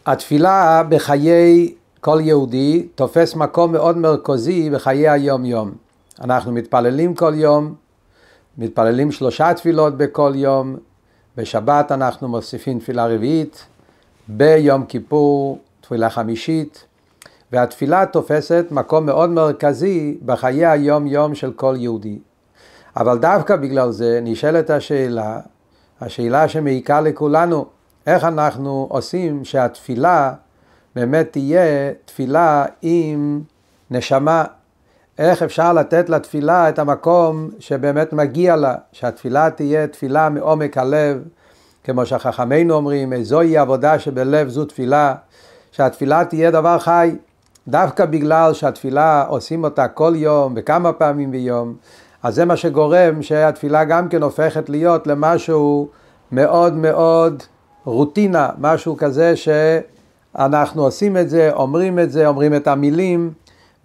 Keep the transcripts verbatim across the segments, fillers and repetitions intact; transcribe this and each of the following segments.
התפילה בחיי כל יהודי תופס מקום מאוד מרכזי בחיי היום יום. אנחנו מתפללים כל יום, מתפללים שלושה תפילות בכל יום, בשבת אנחנו מוסיפים תפילה רביעית, ביום כיפור תפילה חמישית, והתפילה תופסת מקום מאוד מרכזי בחיי היום יום של כל יהודי. אבל דווקא בגלל זה נשאלת השאלה, השאלה שמעיקה לכולנו, איך אנחנו עושים שהתפילה באמת תהיה תפילה עם נשמה? איך אפשר לתת לתפילה את המקום שבאמת מגיע לה? שהתפילה תהיה תפילה מעומק הלב, כמו שחכמינו אומרים, זוהי עבודה שבלב זו תפילה, שהתפילה תהיה דבר חי. דווקא בגלל שהתפילה עושים אותה כל יום וכמה פעמים ביום, אז זה מה שגורם שהתפילה גם כן הופכת להיות למשהו מאוד מאוד רוטינה, משהו כזה שאנחנו עושים את זה, אומרים את זה, אומרים את המילים,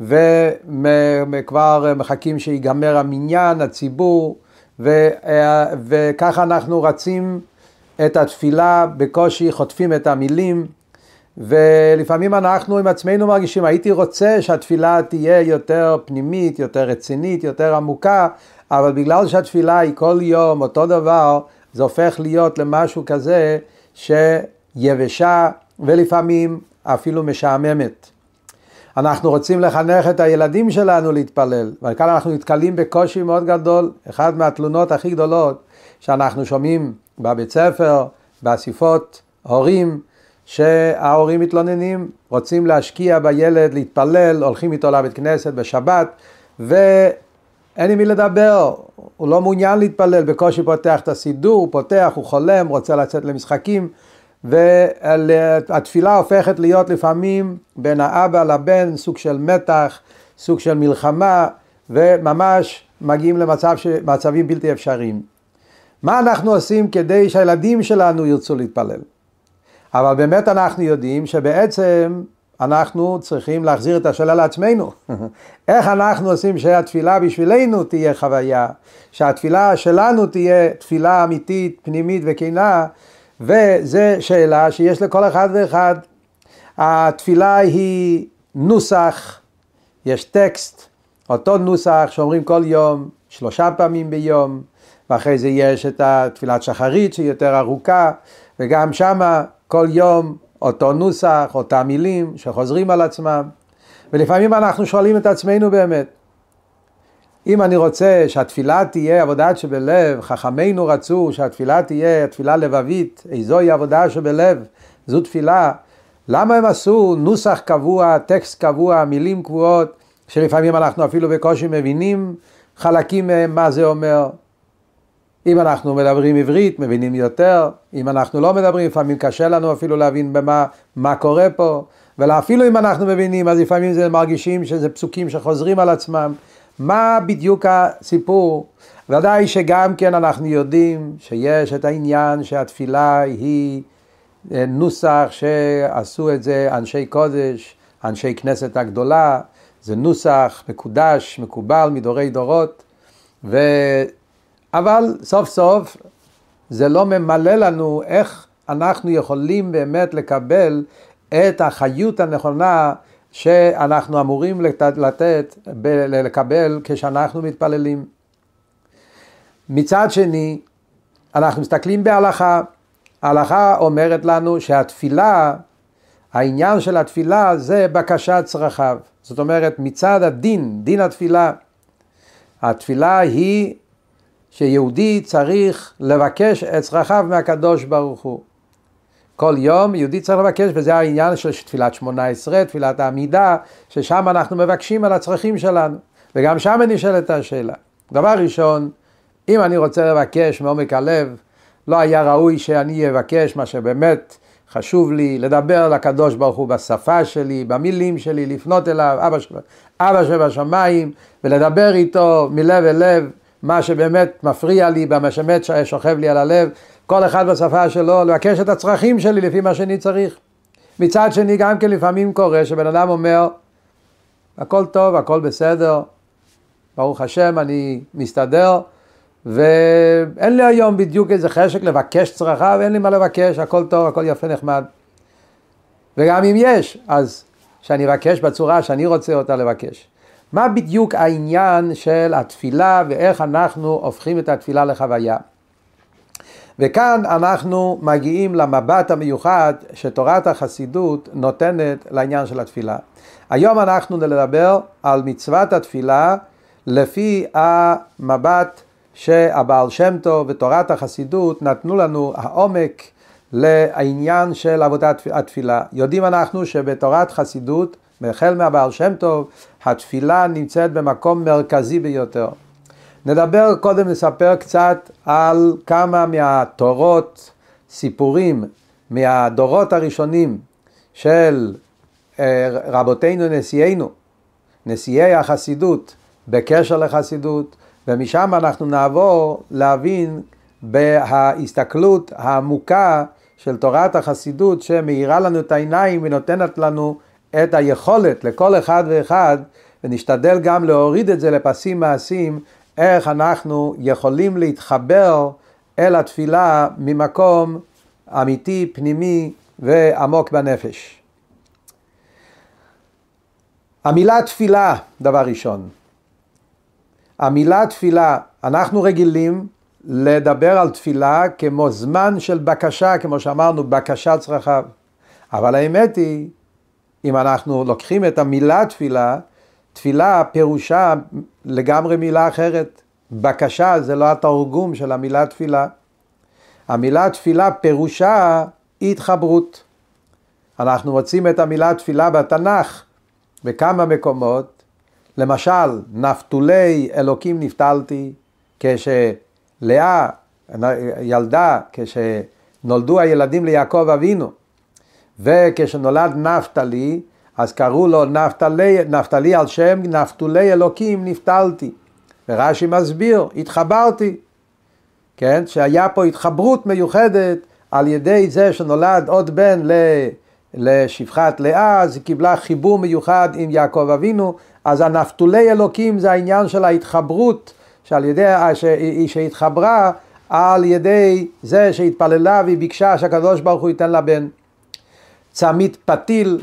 וכבר מחכים שיגמר המניין, הציבור, ו, וככה אנחנו רצים את התפילה, בקושי חוטפים את המילים, ולפעמים אנחנו עם עצמנו מרגישים, הייתי רוצה שהתפילה תהיה יותר פנימית, יותר רצינית, יותר עמוקה, אבל בגלל שהתפילה היא כל יום אותו דבר, זה הופך להיות למשהו כזה שיבשה ולפעמים אפילו משעממת. אנחנו רוצים לחנך את הילדים שלנו להתפלל, וכאן אנחנו נתקלים בקושי מאוד גדול. אחד מהתלונות הכי גדולות שאנחנו שומעים בבית ספר, באספות הורים, שההורים מתלוננים, רוצים להשקיע בילד, להתפלל, הולכים איתו לבית כנסת בשבת, ואין עם מי לדבר, הוא לא מעוניין להתפלל, בקושי פותח את הסידור, הוא פותח, הוא חולם, רוצה לצאת למשחקים, והתפילה הופכת להיות לפעמים בין האבא לבן, סוג של מתח, סוג של מלחמה, וממש מגיעים למצבים בלתי אפשריים. מה אנחנו עושים כדי שהילדים שלנו ירצו להתפלל? אבל באמת אנחנו יודעים שבעצם אנחנו צריכים להחזיר את השאלה לעצמנו. איך אנחנו עושים שהתפילה בשבילנו תהיה חוויה, שהתפילה שלנו תהיה תפילה אמיתית, פנימית וכנה, וזו שאלה שיש לכל אחד ואחד. התפילה היא נוסח, יש טקסט, אותו נוסח שאומרים כל יום, שלושה פעמים ביום, ואחרי זה יש את התפילת שחרית שהיא יותר ארוכה, וגם שמה כל יום אותו נוסח, אותם מילים שחוזרים על עצמם. ולפעמים אנחנו שואלים את עצמנו באמת, אם אני רוצה שהתפילה תהיה עבודה שבלב, חכמינו רצו שהתפילה תהיה תפילה לבבית, איזוהי עבודה שבלב, זו תפילה, למה הם עשו נוסח קבוע, טקסט קבוע, מילים קבועות, שלפעמים אנחנו אפילו בקושי מבינים חלקים מהם מה זה אומר? אם אנחנו מדברים עברית, מבינים יותר. אם אנחנו לא מדברים, לפעמים קשה לנו אפילו להבין במה, מה קורה פה. ואפילו אם אנחנו מבינים, אז לפעמים זה מרגישים שזה פסוקים שחוזרים על עצמם. מה בדיוק הסיפור? ודאי שגם כן אנחנו יודעים שיש את העניין שהתפילה היא נוסח שעשו את זה אנשי קודש, אנשי כנסת הגדולה. זה נוסח מקודש, מקובל מדורי דורות. ו... אבל סוף סוף זה לא ממלא לנו איך אנחנו יכולים באמת לקבל את החיות הנכונה שאנחנו אמורים לתת, לקבל כשאנחנו מתפללים. מצד שני, אנחנו מסתכלים בהלכה. ההלכה אומרת לנו שהתפילה, העניין של התפילה זה בקשת צרכיו. זאת אומרת, מצד הדין, דין התפילה, התפילה היא שיהודי צריך לבקש את צרכיו מהקדוש ברוך הוא. כל יום יהודי צריך לבקש, וזה העניין של תפילת שמונה עשרה, תפילת העמידה, ששם אנחנו מבקשים על הצרכים שלנו. וגם שם נשאלת השאלה. דבר ראשון, אם אני רוצה לבקש מעומק הלב, לא היה ראוי שאני אבקש מה שבאמת חשוב לי, לדבר לקדוש ברוך הוא בשפה שלי, במילים שלי, לפנות אליו, אבא, אבא שבשמיים, ולדבר איתו מלב אל לב, מה שבאמת מפריע לי, מה שבאמת שוכב לי על הלב, כל אחד בשפה שלו, לבקש את הצרכים שלי לפי מה שאני צריך. מצד שני גם כן לפעמים קורה שבן אדם אומר, הכל טוב, הכל בסדר, ברוך השם, אני מסתדר, ואין לי היום בדיוק איזה חשק לבקש צרכיו, אין לי מה לבקש, הכל טוב, הכל יפה נחמד. וגם אם יש, אז שאני אבקש בצורה שאני רוצה אותה לבקש. מה בדיוק העניין של התפילה ואיך אנחנו הופכים את התפילה לחוויה? וכאן אנחנו מגיעים למבט המיוחד שתורת החסידות נותנת לעניין של התפילה. היום אנחנו נדבר על מצוות התפילה לפי המבט שהבעל שם טוב ותורת החסידות נתנו לנו העומק לעניין של עבודת התפילה. יודעים אנחנו שבתורת חסידות, החל מהבעל שם טוב, התפילה נמצאת במקום מרכזי ביותר. נדבר קודם, נספר קצת על כמה מהתורות, סיפורים מהדורות הראשונים של רבותינו נשיאינו, נשיאי החסידות בקשר לחסידות, ומשם אנחנו נעבור להבין בהסתכלות העמוקה של תורת החסידות שמאירה לנו את העיניים ונותנת לנו את היכולת לכל אחד ואחד, ונשתדל גם להוריד את זה לפסים מעשים, איך אנחנו יכולים להתחבר אל התפילה ממקום אמיתי, פנימי ועמוק בנפש. המילה תפילה, דבר ראשון. המילה תפילה, אנחנו רגילים לדבר על תפילה כמו זמן של בקשה, כמו שאמרנו, בקשת צרכיו. אבל האמת היא, אם אנחנו לוקחים את המילה תפילה, תפילה פירושה לגמרי מילה אחרת. בקשה זה לא התרגום של המילה תפילה. המילה תפילה פירושה התחברות. אנחנו מוצאים את המילה תפילה בתנ"ך בכמה מקומות. למשל, נפתולי אלוקים נפתלתי, כשלאה ילדה, כשנולדו הילדים ליעקב אבינו, וכשנולד נפתלי, אז קראו לו נפתלי, נפתלי על שם נפתולי אלוקים נפתלתי. ורש"י מסביר, התחברתי, כן? שהיה פה התחברות מיוחדת על ידי זה שנולד עוד בן לשפחת לאה, אז היא קיבלה חיבור מיוחד עם יעקב אבינו. אז הנפתולי אלוקים זה העניין של ההתחברות, שעל ידי, שהתחברה על ידי זה שהתפללה והיא ביקשה שהקדוש ברוך הוא ייתן לה בן. צמית פתיל.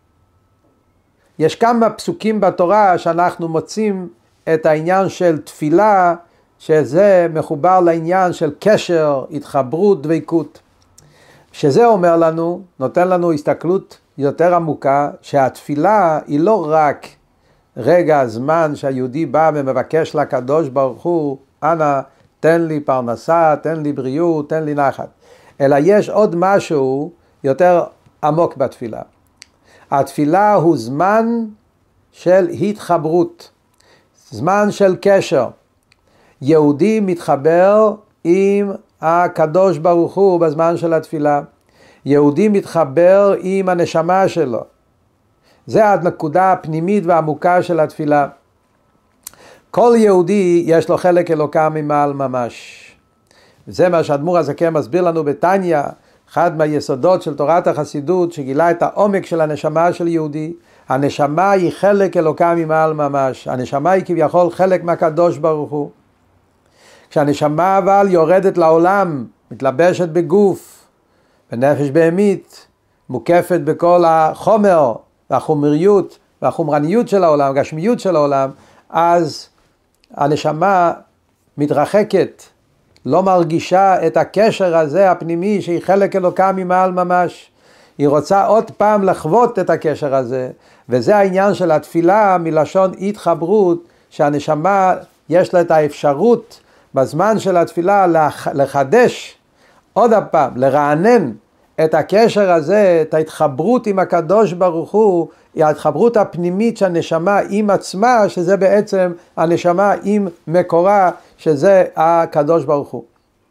יש כמה פסוקים בתורה שאנחנו מוצאים את העניין של תפילה, שזה מחובר לעניין של קשר, התחברות, דבקות. שזה אומר לנו, נותן לנו הסתכלות יותר עמוקה, שהתפילה היא לא רק רגע הזמן שהיהודי בא ומבקש לקדוש ברוך הוא, אנא תן לי פרנסה, תן לי בריאות, תן לי נחת. אלא יש עוד משהו יותר עמוק בתפילה. התפילה הוא זמן של התחברות, זמן של קשר. יהודי מתחבר עם הקדוש ברוך הוא בזמן של התפילה. יהודי מתחבר עם הנשמה שלו. זה הנקודה הפנימית והעמוקה של התפילה. כל יהודי יש לו חלק אלוקה ממעל ממש. זה מה שהאדמו"ר הזקן מסביר לנו בתניא, אחד מהיסודות של תורת החסידות, שגילה את העומק של הנשמה של יהודי. הנשמה היא חלק אלוקה ממעל ממש. הנשמה היא כביכול חלק מהקדוש ברוך הוא. כשהנשמה אבל יורדת לעולם, מתלבשת בגוף, בנפש בהמית, מוקפת בכל החומר והחומריות והחומרניות של העולם, הגשמיות של העולם, אז הנשמה מתרחקת, לא מרגישה את הקשר הזה הפנימי שהיא חלק אלוקה ממעל ממש. היא רוצה עוד פעם לחוות את הקשר הזה, וזה העניין של התפילה מלשון התחברות, שהנשמה יש לה את האפשרות בזמן של התפילה לחדש עוד פעם, לרענן את הקשר הזה, את ההתחברות עם הקדוש ברוך הוא, היא ההתחברות הפנימית של הנשמה עם עצמה, שזה בעצם הנשמה עם מקורה, שזה הקדוש ברוך הוא.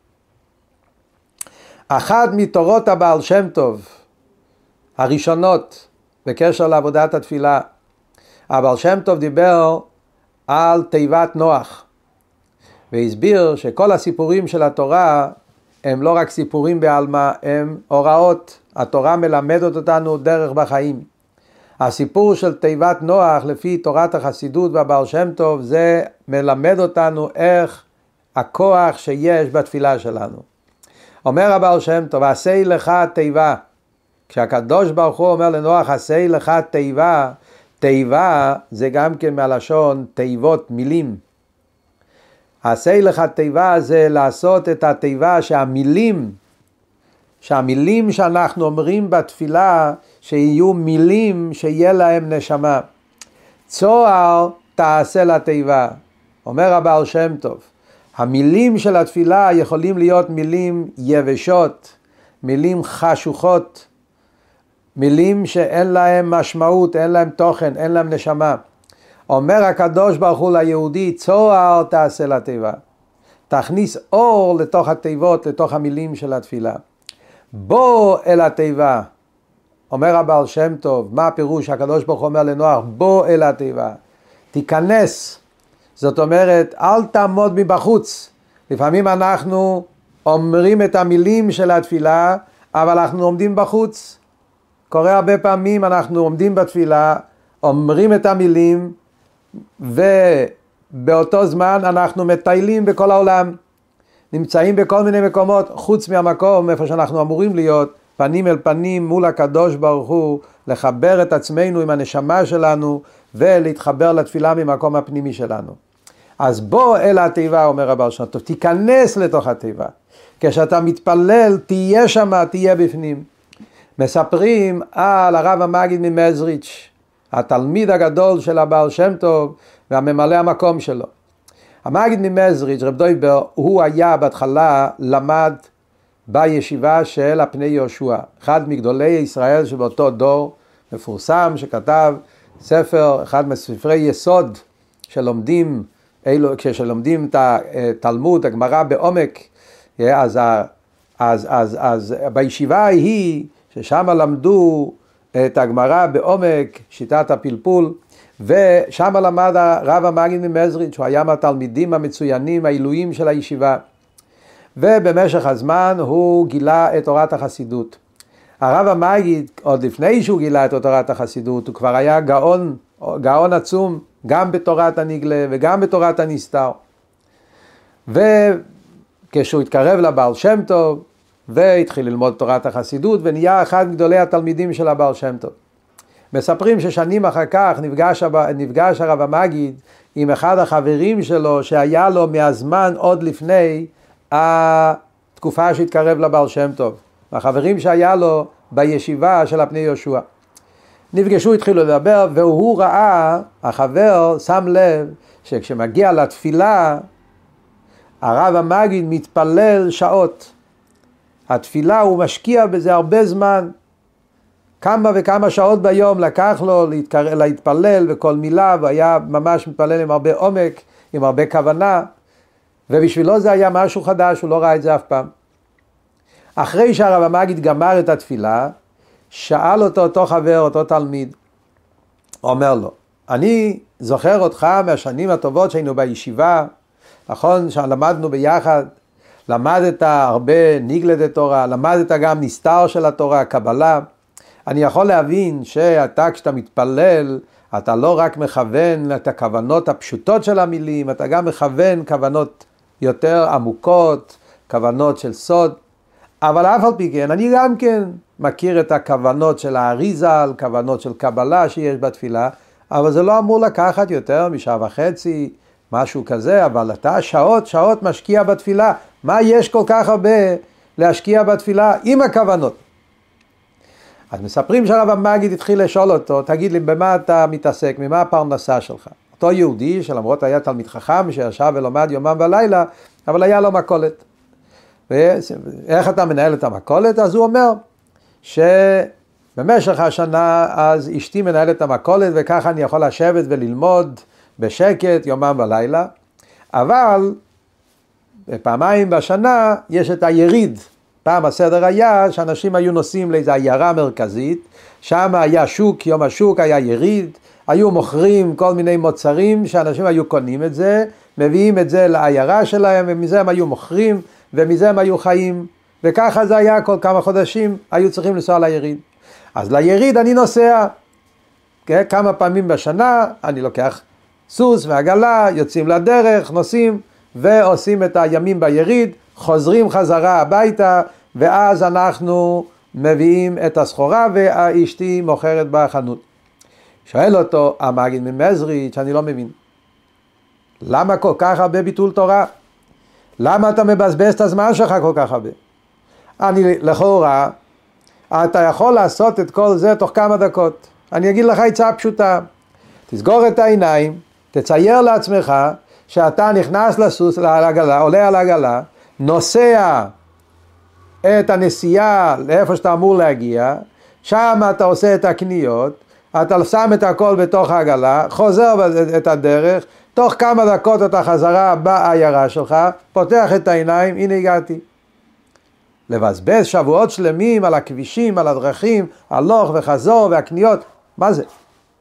אחת מתורות הבעל שם טוב הראשונות בקשר לעבודת התפילה, הבעל שם טוב דיבר על תיבת נוח, והסביר שכל הסיפורים של התורה הם לא רק סיפורים בעלמא, הם הוראות. התורה מלמדת אותנו דרך בחיים. הסיפור של תיבת נוח לפי תורת החסידות והבעל שם טוב, זה מלמד אותנו איך הכוח שיש בתפילה שלנו. אומר הבעל שם טוב, עשה לך תיבה, כשהקדוש ברוך הוא אומר לנוח עשה לך תיבה, תיבה זה גם כן מהלשון תיבות, מילים. עשה לך תיבה זה לעשות את התיבה שהמילים, שהמילים שאנחנו אומרים בתפילה שיהיו מילים שיהיה להם נשמה. צוהר תעשה לתיבה, אומר הבעל שם טוב. המילים של התפילה יכולים להיות מילים יבשות, מילים חשוכות, מילים שאין להם משמעות, אין להם תוכן, אין להם נשמה. אומר הקדוש ברוך הוא ליהודי, צוהר תעשה לתיבה. תכניס אור לתוך התיבות, לתוך המילים של התפילה. בוא אל התיבה. אומר הבעל שם טוב, מה הפירוש? הקדוש ברוך הוא אומר לנוח, בוא אל התיבה. תיכנס. זאת אומרת, אל תעמוד מבחוץ. לפעמים אנחנו אומרים את המילים של התפילה, אבל אנחנו עומדים בחוץ. קורה הרבה פעמים, אנחנו עומדים בתפילה, אומרים את המילים, ובאותו זמן אנחנו מטיילים בכל העולם. נמצאים בכל מיני מקומות, חוץ מהמקום איפה שאנחנו אמורים להיות, פנים אל פנים מול הקדוש ברוך הוא, לחבר את עצמנו עם הנשמה שלנו, ולהתחבר לתפילה ממקום הפנימי שלנו. אז בוא אל התיבה, אומר הבעל שם טוב, תיכנס לתוך התיבה. כשאתה מתפלל, תהיה שם, תהיה בפנים. מספרים על הרב המגיד ממזריץ', התלמיד הגדול של הבעל שם טוב, והממלא המקום שלו. המגיד ממזריץ', רב דויבר, הוא היה בהתחלה למד בישיבה של הפני יהושע, אחד מגדולי ישראל שבאותו דור מפורסם, שכתב ספר, אחד מספרי יסוד שלומדים, אלו, כשלומדים את התלמוד, הגמרא בעומק, אז, אז, אז, אז, אז בישיבה ההיא, ששם למדו את הגמרא בעומק, שיטת הפלפול, ושם למד הרב המגיד ממזריץ', שהוא היה מהתלמידים המצוינים, העילויים של הישיבה. ובמשך הזמן הוא גילה את תורת החסידות. הרב המגיד, עוד לפני שהוא גילה את תורת החסידות, הוא כבר היה גאון, גאון עצום, גם בתורת הנגלה וגם בתורת הנסתר. וכשהוא התקרב לבעל שם טוב, והתחיל ללמוד תורת החסידות, ונהיה אחד גדולי התלמידים של הבעל שם טוב. מספרים ששנים אחר כך נפגש, נפגש הרב המגיד עם אחד החברים שלו, שהיה לו מהזמן עוד לפני התקופה שהתקרב לבעל שם טוב. החברים שהיה לו בישיבה של הפני יהושע. נפגשו, התחילו לדבר, והוא ראה, החבר שם לב, שכשמגיע לתפילה, הרב המגיד מתפלל שעות. התפילה הוא משקיע בזה הרבה זמן, כמה וכמה שעות ביום לקח לו להתקר... להתפלל וכל מילה, והיה ממש מתפלל עם הרבה עומק, עם הרבה כוונה, ובשבילו זה היה משהו חדש, הוא לא ראה את זה אף פעם. אחרי שהרב המגיד גמר את התפילה, שאל אותו אותו חבר, אותו תלמיד, אומר לו, אני זוכר אותך מהשנים הטובות שהיינו בישיבה, נכון שלמדנו ביחד, למדת הרבה נגלת תורה, למדת גם נסתר של התורה, קבלה. אני יכול להבין שאתה כשאתה מתפלל, אתה לא רק מכוון את הכוונות הפשוטות של המילים, אתה גם מכוון כוונות יותר עמוקות, כוונות של סוד. אבל אף על פי כן, אני גם כן מכיר את הכוונות של האריזל, כוונות של קבלה שיש בתפילה, אבל זה לא אמור לקחת יותר משעה וחצי, משהו כזה, אבל אתה שעות, שעות משקיע בתפילה. מה יש כל כך הרבה להשקיע בתפילה עם הכוונות? אז מספרים שהרב המגיד התחיל לשאול אותו, תגיד לי, במה אתה מתעסק, ממה הפרנסה שלך? אותו יהודי, שלמרות היה תלמיד חכם, שישב ולומד יומם ולילה, אבל היה לו מכולת. ואיך אתה מנהל את המכולת? אז הוא אומר, שבמשך השנה, אז אשתי מנהלת את המכולת, וככה אני יכול לשבת וללמוד בשקט יומם ולילה, אבל פעמיים בשנה יש את היריד. פעם הסדר היה שאנשים היו נוסעים לאיזו עיירה מרכזית, שם היה שוק, יום השוק היה יריד, היו מוכרים כל מיני מוצרים שאנשים היו קונים את זה, מביאים את זה לעיירה שלהם, ומזה הם היו מוכרים, ומזה הם היו חיים, וככה זה היה כל כמה חודשים, היו צריכים לנסוע ליריד. אז ליריד אני נוסע, כמה פעמים בשנה, אני לוקח סוס ועגלה, יוצאים לדרך, נוסעים, ועושים את הימים ביריד, חוזרים חזרה הביתה, ואז אנחנו מביאים את הסחורה ואשתי מוכרת בחנות. שואל אותו המגיד ממזריץ', אני לא מבין. למה כל כך הרבה ביטול תורה? למה אתה מבזבז את הזמן שלך כל כך הרבה? אני לכאורה, אתה יכול לעשות את כל זה תוך כמה דקות. אני אגיד לך עצה פשוטה. תסגור את העיניים, תצייר לעצמך שאתה נכנס לסוס, לעגלה, עולה על העגלה, נוסע את הנסיעה לאיפה שאתה אמור להגיע, שם אתה עושה את הקניות, אתה שם את הכל בתוך העגלה, חוזר את הדרך, תוך כמה דקות אתה חזרה בעיירה שלך, פותח את העיניים, הנה הגעתי. לבזבז שבועות שלמים על הכבישים, על הדרכים, הלוך וחזור והקניות, מה זה?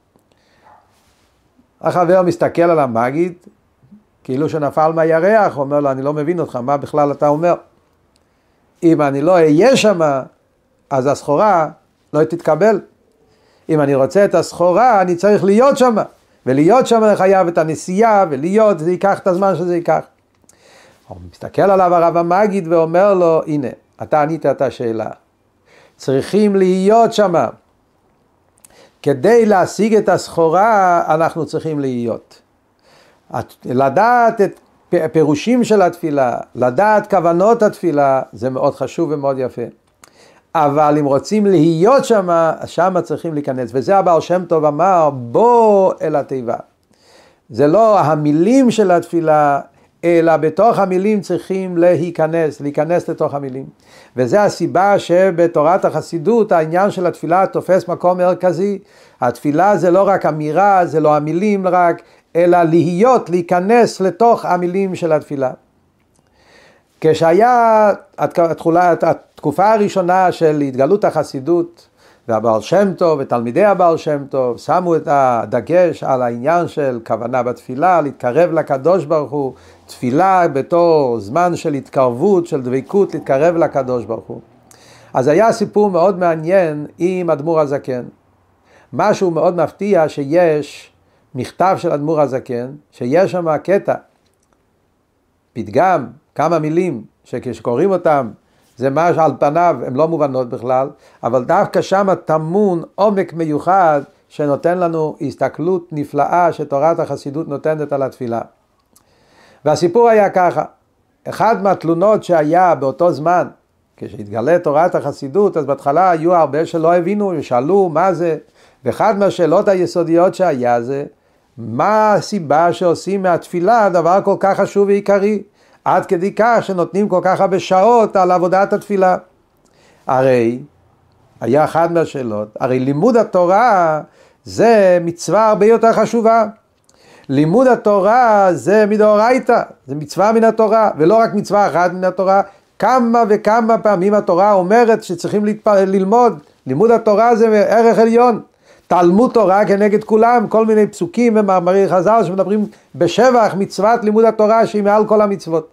החבר מסתכל על המגיד, כאילו שנפל מהירח, הוא אומר לו, אני לא מבין אותך, מה בכלל אתה אומר? אם אני לא אהיה שם, אז הסחורה לא תתקבל. אם אני רוצה את הסחורה, אני צריך להיות שם. ולהיות שם אני חייב את הנסיעה, ולהיות, זה ייקח את הזמן שזה ייקח. הוא מסתכל עליו הרב המגיד ואומר לו, הנה, אתה ענית את השאלה. צריכים להיות שם. כדי להשיג את הסחורה, אנחנו צריכים להיות. לדעת את פירושים של התפילה, לדעת כוונות התפילה, זה מאוד חשוב ומאוד יפה. אבל אם רוצים להיות שם, שם צריכים להיכנס. וזה הבעל שם טוב אמר, בוא אל התיבה. זה לא המילים של התפילה, אלא בתוך המילים צריכים להיכנס, להיכנס לתוך המילים. וזה הסיבה שבתורת החסידות העניין של התפילה תופס מקום מרכזי. התפילה זה לא רק אמירה, זה לא המילים רק, אלא להיות, להיכנס לתוך המילים של התפילה. כשהיה התחולה, התקופה הראשונה של התגלות החסידות, והבעל שם טוב ותלמידי הבעל שם טוב שמו את הדגש על העניין של כוונה בתפילה, להתקרב לקדוש ברוך הוא, תפילה בתור זמן של התקרבות, של דבקות, להתקרב לקדוש ברוך הוא. אז היה סיפור מאוד מעניין עם אדמו"ר הזקן. משהו מאוד מפתיע שיש מכתב של אדמו"ר הזקן, שיש שם קטע, פתגם, כמה מילים, שכשקוראים אותם, זה מה שעל פניו הן לא מובנות בכלל, אבל דווקא שם טמון עומק מיוחד שנותן לנו הסתכלות נפלאה שתורת החסידות נותנת על התפילה. והסיפור היה ככה, אחד מהתלונות שהיה באותו זמן, כשהתגלה תורת החסידות, אז בהתחלה היו הרבה שלא הבינו ושאלו מה זה, ואחד מהשאלות היסודיות שהיה זה, מה הסיבה שעושים מהתפילה דבר כל כך חשוב ועיקרי? עד כדי כך שנותנים כל כך הרבה שעות על עבודת התפילה. הרי, היה אחד מהשאלות, הרי לימוד התורה זה מצווה הרבה יותר חשובה. לימוד התורה זה מדאורייתא, זה מצווה מן התורה, ולא רק מצווה אחת מן התורה, כמה וכמה פעמים התורה אומרת שצריכים להתפ... ללמוד. לימוד התורה זה ערך עליון. תלמוד תורה כנגד כולם, כל מיני פסוקים ומאמרי חז"ל שמדברים בשבח מצוות לימוד התורה שהיא מעל כל המצוות.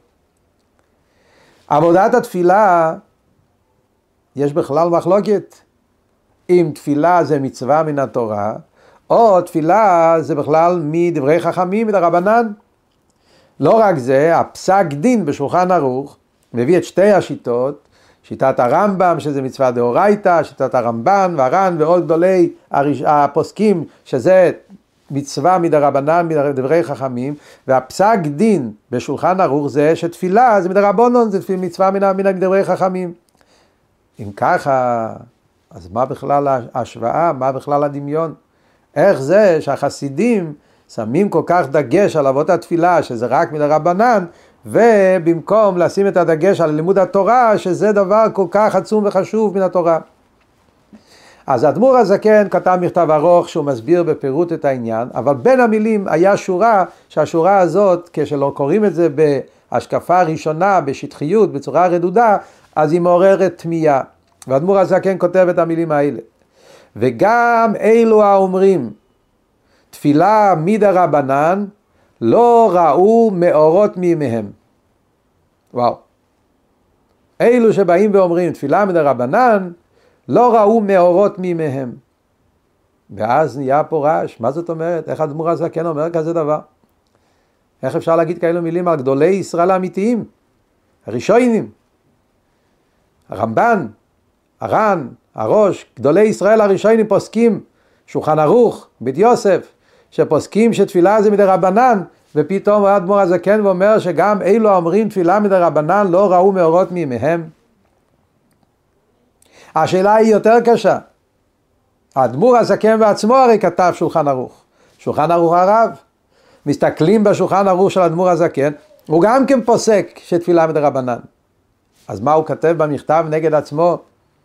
עבודת התפילה, יש בכלל מחלוקת. אם תפילה זה מצווה מן התורה, או תפילה זה בכלל מדברי חכמים, מדרבנן. לא רק זה, הפסק דין בשולחן ערוך, מביא את שתי השיטות, שיטת הרמב"ם שזה מצווה דאורייתא, שיטת הרמב"ן והר"ן ועוד גדולי הפוסקים שזה מצווה מדרבנן, מדברי חכמים, והפסק דין בשולחן ערוך זה שתפילה זה מדרבנן, זה מצווה מדברי חכמים. אם ככה, אז מה בכלל ההשוואה, מה בכלל הדמיון? איך זה שהחסידים שמים כל כך דגש על אבות התפילה שזה רק מדרבנן, ובמקום לשים את הדגש על לימוד התורה, שזה דבר כל כך עצום וחשוב מן התורה. אז האדמו"ר הזקן כתב מכתב ארוך שהוא מסביר בפירוט את העניין, אבל בין המילים היה שורה, שהשורה הזאת, כשלא קוראים את זה בהשקפה ראשונה, בשטחיות, בצורה רדודה, אז היא מעוררת תמיהה. והאדמו"ר הזקן כותב את המילים האלה. וגם אלו האומרים, תפילה מדרבנן, לא ראו מאורות מימיהם. וואו. אלו שבאים ואומרים תפילה מדרבנן, לא ראו מאורות מימיהם. ואז נהיה פה רעש. מה זאת אומרת? איך האדמו"ר הזקן אומר כזה דבר? איך אפשר להגיד כאלו מילים על גדולי ישראל האמיתיים? הראשונים. הרמב"ן, הר"ן, הראש, גדולי ישראל הראשונים פוסקים, שולחן ערוך, בית יוסף, שפוסקים שתפילה זה מדי רבנן, ופתאום האדמו"ר הזקן ואומר שגם אלו אומרים תפילה מדי רבנן לא ראו מאורות מימיהם. השאלה היא יותר קשה. האדמו"ר הזקן בעצמו הרי כתב שולחן ערוך. שולחן ערוך הרב. מסתכלים בשולחן ערוך של האדמו"ר הזקן, הוא גם כן פוסק שתפילה מדי רבנן. אז מה הוא כתב במכתב נגד עצמו?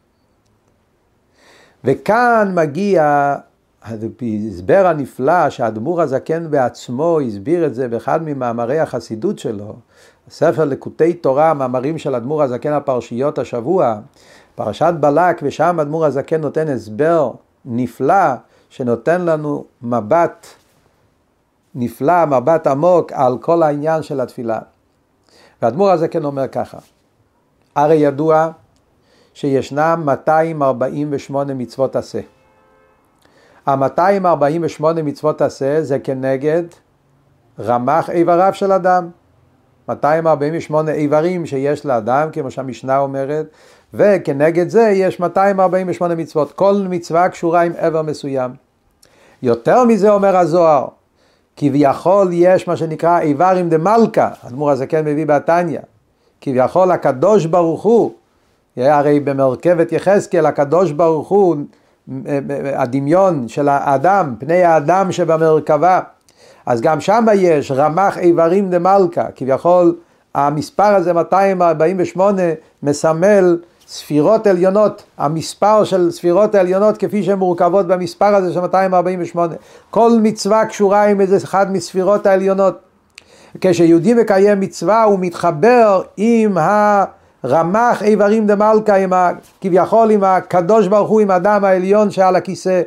וכאן מגיע ההסבר הנפלא שהאדמו"ר הזקן בעצמו הסביר את זה באחד ממאמרי החסידות שלו, הספר לקוטי תורה, מאמרים של האדמו"ר הזקן על פרשיות השבוע, פרשת בלק, ושם האדמו"ר הזקן נותן הסבר נפלא שנותן לנו מבט נפלא, מבט עמוק על כל העניין של התפילה. והאדמו"ר הזקן אומר ככה, הרי ידוע שישנם מאתיים ארבעים ושמונה מצוות עשה. ה-מאתיים ארבעים ושמונה מצוות עשה זה כנגד רמ"ח איבריו של אדם. מאתיים ארבעים ושמונה איברים שיש לאדם, כמו שהמשנה אומרת, וכנגד זה יש מאתיים ארבעים ושמונה מצוות. כל מצווה קשורה עם איבר מסוים. יותר מזה אומר הזוהר, כביכול יש מה שנקרא איברים דמלכה, האדמו"ר הזקן מביא בתניא, כביכול הקדוש ברוך הוא, הרי במרכבת יחזקאל הקדוש ברוך הוא, הדמיון של האדם, פני האדם שבמרכבה, אז גם שם יש רמ"ח איברים דמלכה, כביכול המספר הזה מאתיים ארבעים ושמונה מסמל ספירות עליונות, המספר של ספירות העליונות כפי שהן מורכבות במספר הזה של מאתיים ארבעים ושמונה. כל מצווה קשורה עם איזה אחד מספירות העליונות. כשיהודי מקיים מצווה הוא מתחבר עם הרמ"ח איברים דמלכה, עם ה, כביכול עם הקדוש ברוך הוא, עם האדם העליון שעל הכיסא.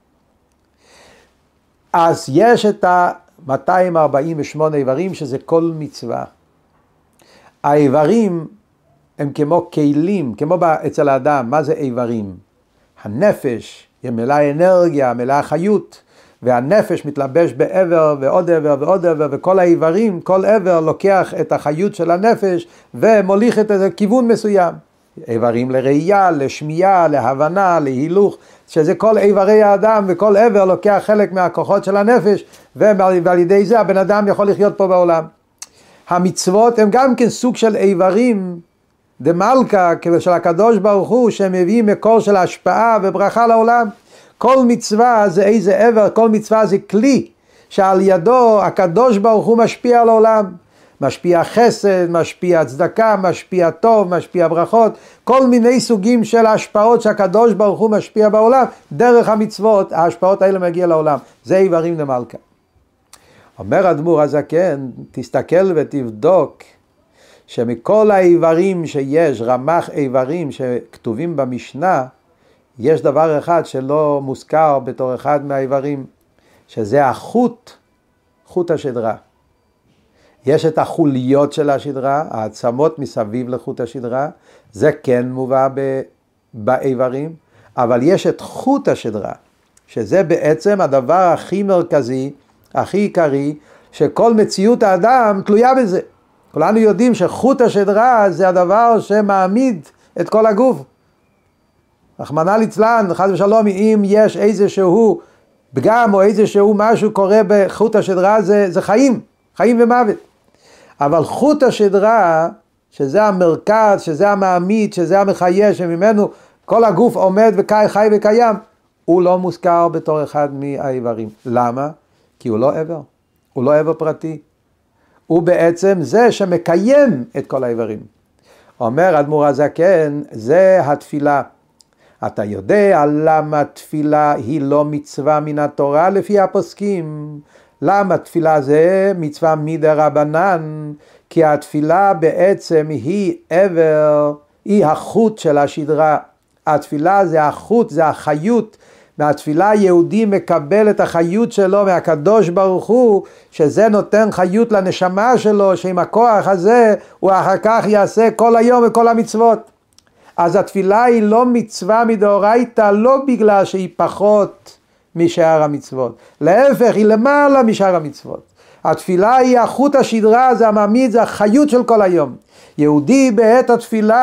אז יש את ה-מאתיים ארבעים ושמונה איברים שזה כל מצווה. האיברים הם כמו כלים, כמו אצל האדם. מה זה איברים? הנפש היא מלאה אנרגיה, מלאה חיות, והנפש מתלבש בעבר ועוד עבר ועוד עבר, וכל האיברים, כל עבר לוקח את החיות של הנפש ומוליך את איזה כיוון מסוים. איברים לראייה, לשמיעה, להבנה, להילוך, שזה כל איברי האדם, וכל עבר לוקח חלק מהכוחות של הנפש, ועל ידי זה הבן אדם יכול לחיות פה בעולם. המצוות הם גם כן סוג של איברים דמלכה של הקדוש ברוך הוא, שמביא מקור של השפעה וברכה לעולם. כל מצווה זה איזה עבר, כל מצווה זה כלי שעל ידו הקדוש ברוך הוא משפיע על העולם, משפיע חסד, משפיע צדקה, משפיע טוב, משפיע ברכות, כל מיני סוגים של השפעות שהקדוש ברוך הוא משפיע בעולם. דרך המצוות ההשפעות האלה מגיע לעולם, זה איברים דמלכה. אומר האדמו"ר הזקן, תסתכל ותבדוק שמכל האיברים שיש, רמ"ח איברים שכתובים במשנה, יש דבר אחד שלא מוזכר בתור אחד מהאיברים, שזה החוט, חוט השדרה. יש את החוליות של השדרה, העצמות מסביב לחוט השדרה, זה כן מובא באיברים, אבל יש את חוט השדרה, שזה בעצם הדבר הכי מרכזי, הכי עיקרי, שכל מציאות האדם תלויה בזה. כולנו יודעים שחוט השדרה זה הדבר שמעמיד את כל הגוף. רחמנא ליצלן, חס ושלום, אם יש איזשהו פגם או איזשהו משהו קורה בחוט השדרה, זה, זה חיים, חיים ומוות. אבל חוט השדרה, שזה המרכז, שזה המעמיד, שזה המחיה, שממנו כל הגוף עומד וחי וקיים, הוא לא מוזכר בתור אחד מהאיברים. למה? כי הוא לא עבר, הוא לא עבר פרטי. הוא בעצם זה שמקיים את כל האיברים. אומר האדמו"ר הזקן, זה התפילה. אתה יודע למה תפילה היא לא מצווה מן התורה לפי הפוסקים? למה תפילה זה מצווה מדרבנן? כי התפילה בעצם היא עבר, היא החוט של השדרה. התפילה זה החוט, זה החיות. מהתפילה היהודי מקבל את החיות שלו מהקדוש ברוך הוא, שזה נותן חיות לנשמה שלו, שעם הכוח הזה הוא אחר כך יעשה כל היום וכל המצוות. אז התפילה היא לא מצווה מדאורייתא, לא בגלל שהיא פחות משאר המצוות. להפך, היא למעלה משאר המצוות. התפילה היא החוט השדרה, זה המעמיד, זה החיות של כל היום. יהודי בעת התפילה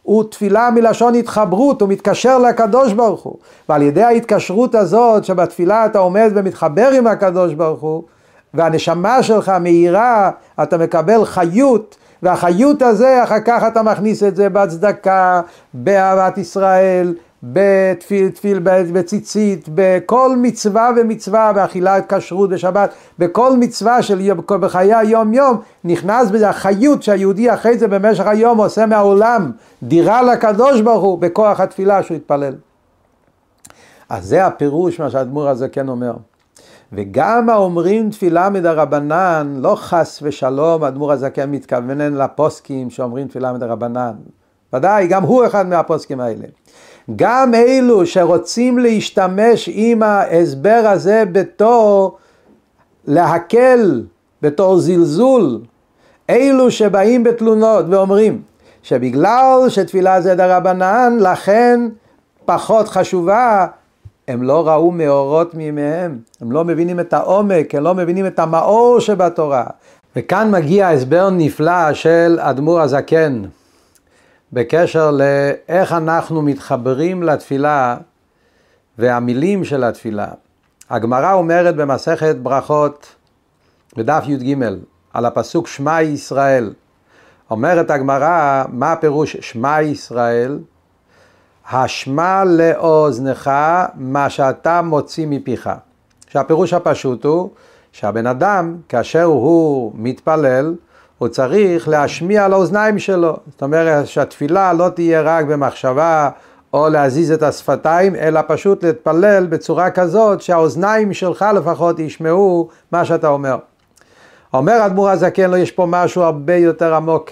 הוא תפילה מלשון התחברות, הוא מתקשר לקדוש ברוך הוא. ועל ידי ההתקשרות הזאת שבתפילה אתה עומד ומתחבר עם הקדוש ברוך הוא, והנשמה שלך מהירה, אתה מקבל חיות, והחיות הזה אחר כך אתה מכניס את זה בצדקה, באהבת ישראל, בתפיל, תפיל, בציצית, בכל מצווה ומצווה, באכילת כשרות בשבת, בכל מצווה של בחיי היום יום, נכנס בזה החיות שהיהודי אחרי זה במשך היום עושה מהעולם דירה לקדוש ברוך הוא בכוח התפילה שהוא התפלל. אז זה הפירוש מה שהאדמו"ר הזה כן אומר. וגם האומרים תפילה מדרבנן, לא חס ושלום, האדמו"ר הזה כן מתכוונן לפוסקים שאומרים תפילה מדרבנן. ודאי, גם הוא אחד מהפוסקים האלה. גם אלו שרוצים להשתמש עם ההסבר הזה בתור להקל, בתור זלזול, אלו שבאים בתלונות ואומרים שבגלל שתפילה זה דרבנן, לכן פחות חשובה, הם לא ראו מאורות מימיהם, הם לא מבינים את העומק, הם לא מבינים את המאור שבתורה. וכאן מגיע הסבר נפלא של אדמו"ר הזקן, בקשר לאיך אנחנו מתחברים לתפילה והמילים של התפילה. הגמרא אומרת במסכת ברכות בדף י"ג על הפסוק שמע ישראל. אומרת הגמרא, מה הפירוש שמע ישראל? השמע לאוזנך מה שאתה מוציא מפיך. שהפירוש הפשוט הוא שהבן אדם כאשר הוא מתפלל, הוא צריך להשמיע על האוזניים שלו. זאת אומרת שהתפילה לא תהיה רק במחשבה או להזיז את השפתיים, אלא פשוט להתפלל בצורה כזאת שהאוזניים שלך לפחות ישמעו מה שאתה אומר. אומר אדמו"ר הזקן, לא, יש פה משהו הרבה יותר עמוק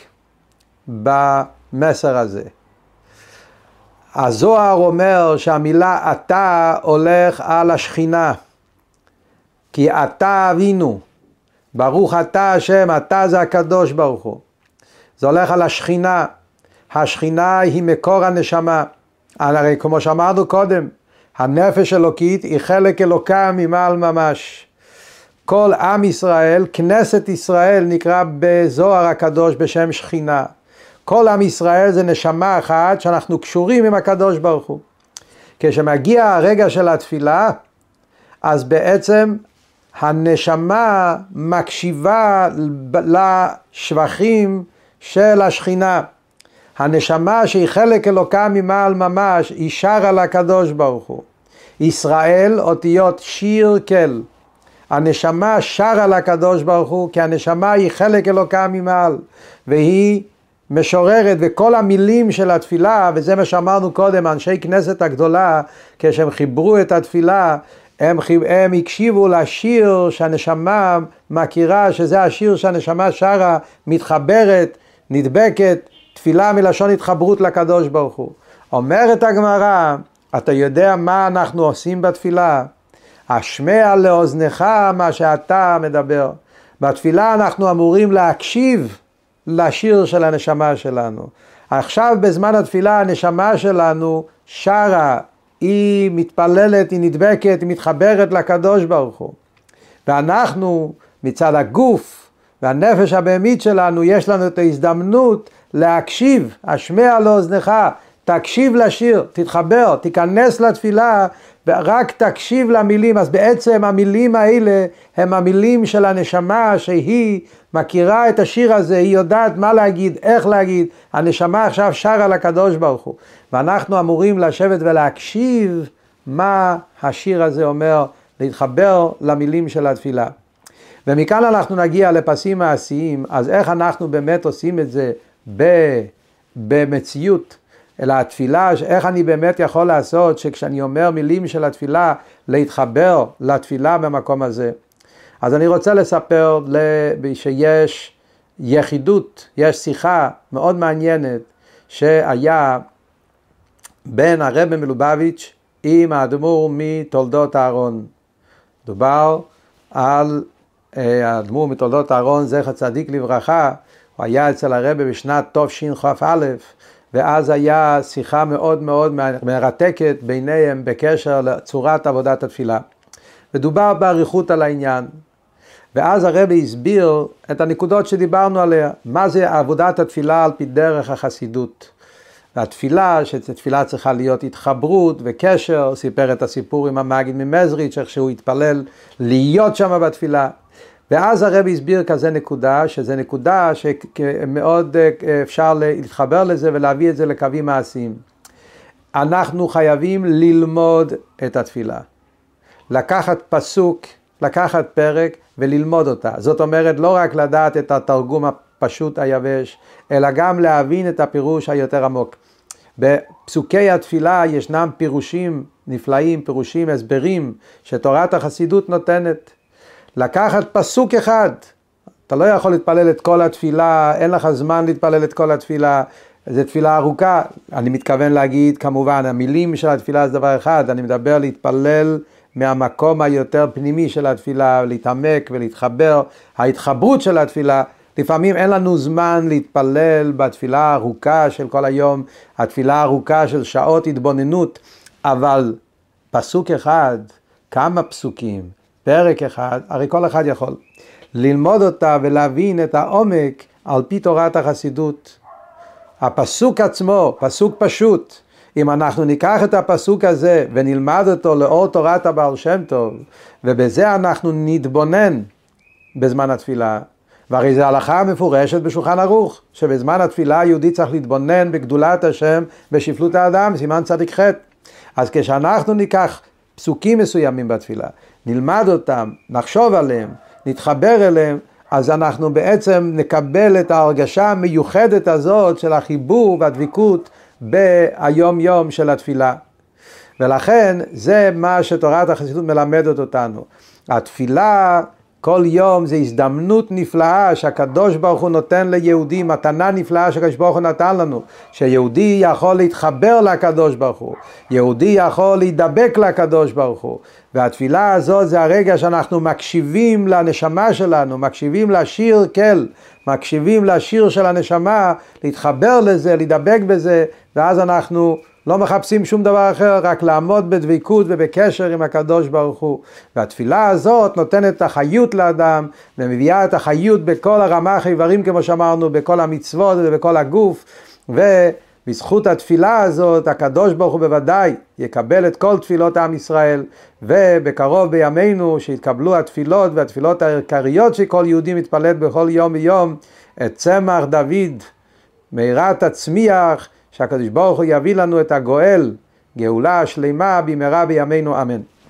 במסר הזה. הזוהר אומר שהמילה אתה הולך על השכינה, כי אתה אבינו, ברוך אתה השם, אתה זה הקדוש ברוך הוא. זה הולך על השכינה. השכינה היא מקור הנשמה. הרי כמו שאמרנו קודם, הנפש אלוקית היא חלק אלוקה ממעל ממש. כל עם ישראל, כנסת ישראל נקרא בזוהר הקדוש בשם שכינה. כל עם ישראל זה נשמה אחת שאנחנו קשורים עם הקדוש ברוך הוא. כשמגיע הרגע של התפילה, אז בעצם הנשמה מקשיבה לשבחים של השכינה. הנשמה שהיא חלק אלוקה ממעל ממש, היא שרה לקדוש ברוך הוא. ישראל אותיות שיר כל. הנשמה שרה לקדוש ברוך הוא, כי הנשמה היא חלק אלוקה ממעל, והיא משוררת, וכל המילים של התפילה, וזה מה שאמרנו קודם, אנשי כנסת הגדולה, כשהם חיברו את התפילה, הם, הם הקשיבו לשיר שהנשמה מכירה, שזה השיר שהנשמה שרה, מתחברת, נדבקת, תפילה מלשון התחברות לקדוש ברוך הוא. אומרת הגמרא, אתה יודע מה אנחנו עושים בתפילה? השמע לאוזנך מה שאתה מדבר. בתפילה אנחנו אמורים להקשיב לשיר של הנשמה שלנו. עכשיו בזמן התפילה הנשמה שלנו שרה, היא מתפללת, היא נדבקת, היא מתחברת לקדוש ברוך הוא. ואנחנו מצד הגוף והנפש הבהמית שלנו, יש לנו את ההזדמנות להקשיב, השמע לאוזנך, תקשיב לשיר, תתחבר, תיכנס לתפילה, ורק תקשיב למילים. אז בעצם המילים האלה הם המילים של הנשמה שהיא מכירה את השיר הזה, היא יודעת מה להגיד, איך להגיד. הנשמה עכשיו שרה לקדוש ברוך הוא, ואנחנו אמורים לשבת ולהקשיב מה השיר הזה אומר, להתחבר למילים של התפילה. ומכאן אנחנו נגיע לפסים מעשיים. אז איך אנחנו באמת עושים את זה במציאות, אלא התפילה, איך אני באמת יכול לעשות שכשאני אומר מילים של התפילה, להתחבר לתפילה במקום הזה. אז אני רוצה לספר שיש יחידות, יש שיחה מאוד מעניינת שהיה בין הרב מלובביץ' עם האדמו"ר מתולדות אהרון. דובר על האדמו"ר מתולדות אהרון, זכר צדיק לברכה, הוא היה אצל הרב בשנת תשכ"א, ואז היה שיחה מאוד מאוד מרתקת ביניהם בקשר לצורת עבודת התפילה. ודובר באריכות על העניין. ואז הרב הסביר את הנקודות שדיברנו עליה. מה זה עבודת התפילה על פי דרך החסידות? והתפילה, שתפילה צריכה להיות התחברות וקשר, סיפר את הסיפור עם המגיד ממזריץ' איך שהוא התפלל להיות שם בתפילה. ואז הרבי הסביר כזה נקודה, שזה נקודה שמאוד אפשר להתחבר לזה ולהביא את זה לקווים מעשיים. אנחנו חייבים ללמוד את התפילה. לקחת פסוק, לקחת פרק וללמוד אותה. זאת אומרת, לא רק לדעת את התרגום הפשוט היבש, אלא גם להבין את הפירוש היותר עמוק. בפסוקי התפילה ישנם פירושים נפלאים, פירושים, הסברים, שתורת החסידות נותנת. לקחת פסוק אחד, אתה לא יכול להתפלל את כל התפילה, אין לך זמן להתפלל את כל התפילה, זו תפילה ארוכה. אני מתכוון להגיד, כמובן, המילים של התפילה זה דבר אחד, אני מדבר להתפלל מהמקום היותר פנימי של התפילה, להתעמק ולהתחבר, ההתחברות של התפילה. לפעמים אין לנו זמן להתפלל בתפילה הארוכה של כל היום, התפילה הארוכה של שעות התבוננות, אבל פסוק אחד, כמה פסוקים, פרק אחד, הרי כל אחד יכול ללמוד אותה ולהבין את העומק על פי תורת החסידות. הפסוק עצמו, פסוק פשוט, אם אנחנו ניקח את הפסוק הזה ונלמד אותו לאור תורת הבעל שם טוב, ובזה אנחנו נתבונן בזמן התפילה, והרי זה הלכה מפורשת בשולחן ערוך, שבזמן התפילה היהודי צריך להתבונן בגדולת השם בשפלות האדם, סימן צדיק ח'. אז כשאנחנו ניקח פסוקים מסוימים בתפילה, נלמד אותם, נחשוב עליהם, נתחבר אליהם, אז אנחנו בעצם נקבל את ההרגשה המיוחדת הזאת של החיבור והדביקות ביום יום של התפילה. ולכן זה מה שתורת החסידות מלמדת אותנו. התפילה כל יום זה הזדמנות נפלאה שהקדוש ברוך הוא נותן ליהודי, מתנה נפלאה שהקדוש ברוך הוא נתן לנו, שיהודי יכול להתחבר לקדוש ברוך הוא, יהודי יכול להידבק לקדוש ברוך הוא, והתפילה הזאת זה הרגע שאנחנו מקשיבים לנשמה שלנו, מקשיבים לשיר כל, מקשיבים לשיר של הנשמה, להתחבר לזה, להידבק בזה, ואז אנחנו לא מחפשים שום דבר אחר, רק לעמוד בדביקות ובקשר עם הקדוש ברוך הוא. והתפילה הזאת נותנת את החיות לאדם, ומביאה את החיות בכל הרמ"ח איברים, כמו שאמרנו, בכל המצוות ובכל הגוף, ובזכות התפילה הזאת, הקדוש ברוך הוא בוודאי יקבל את כל תפילות עם ישראל, ובקרוב בימינו שיתקבלו התפילות, והתפילות העיקריות שכל יהודי מתפלל בכל יום ויום, את צמח דוד, מהרה תצמיח, שהקדוש ברוך הוא יביא לנו את הגואל, גאולה שלמה במהרה בימינו, אמן.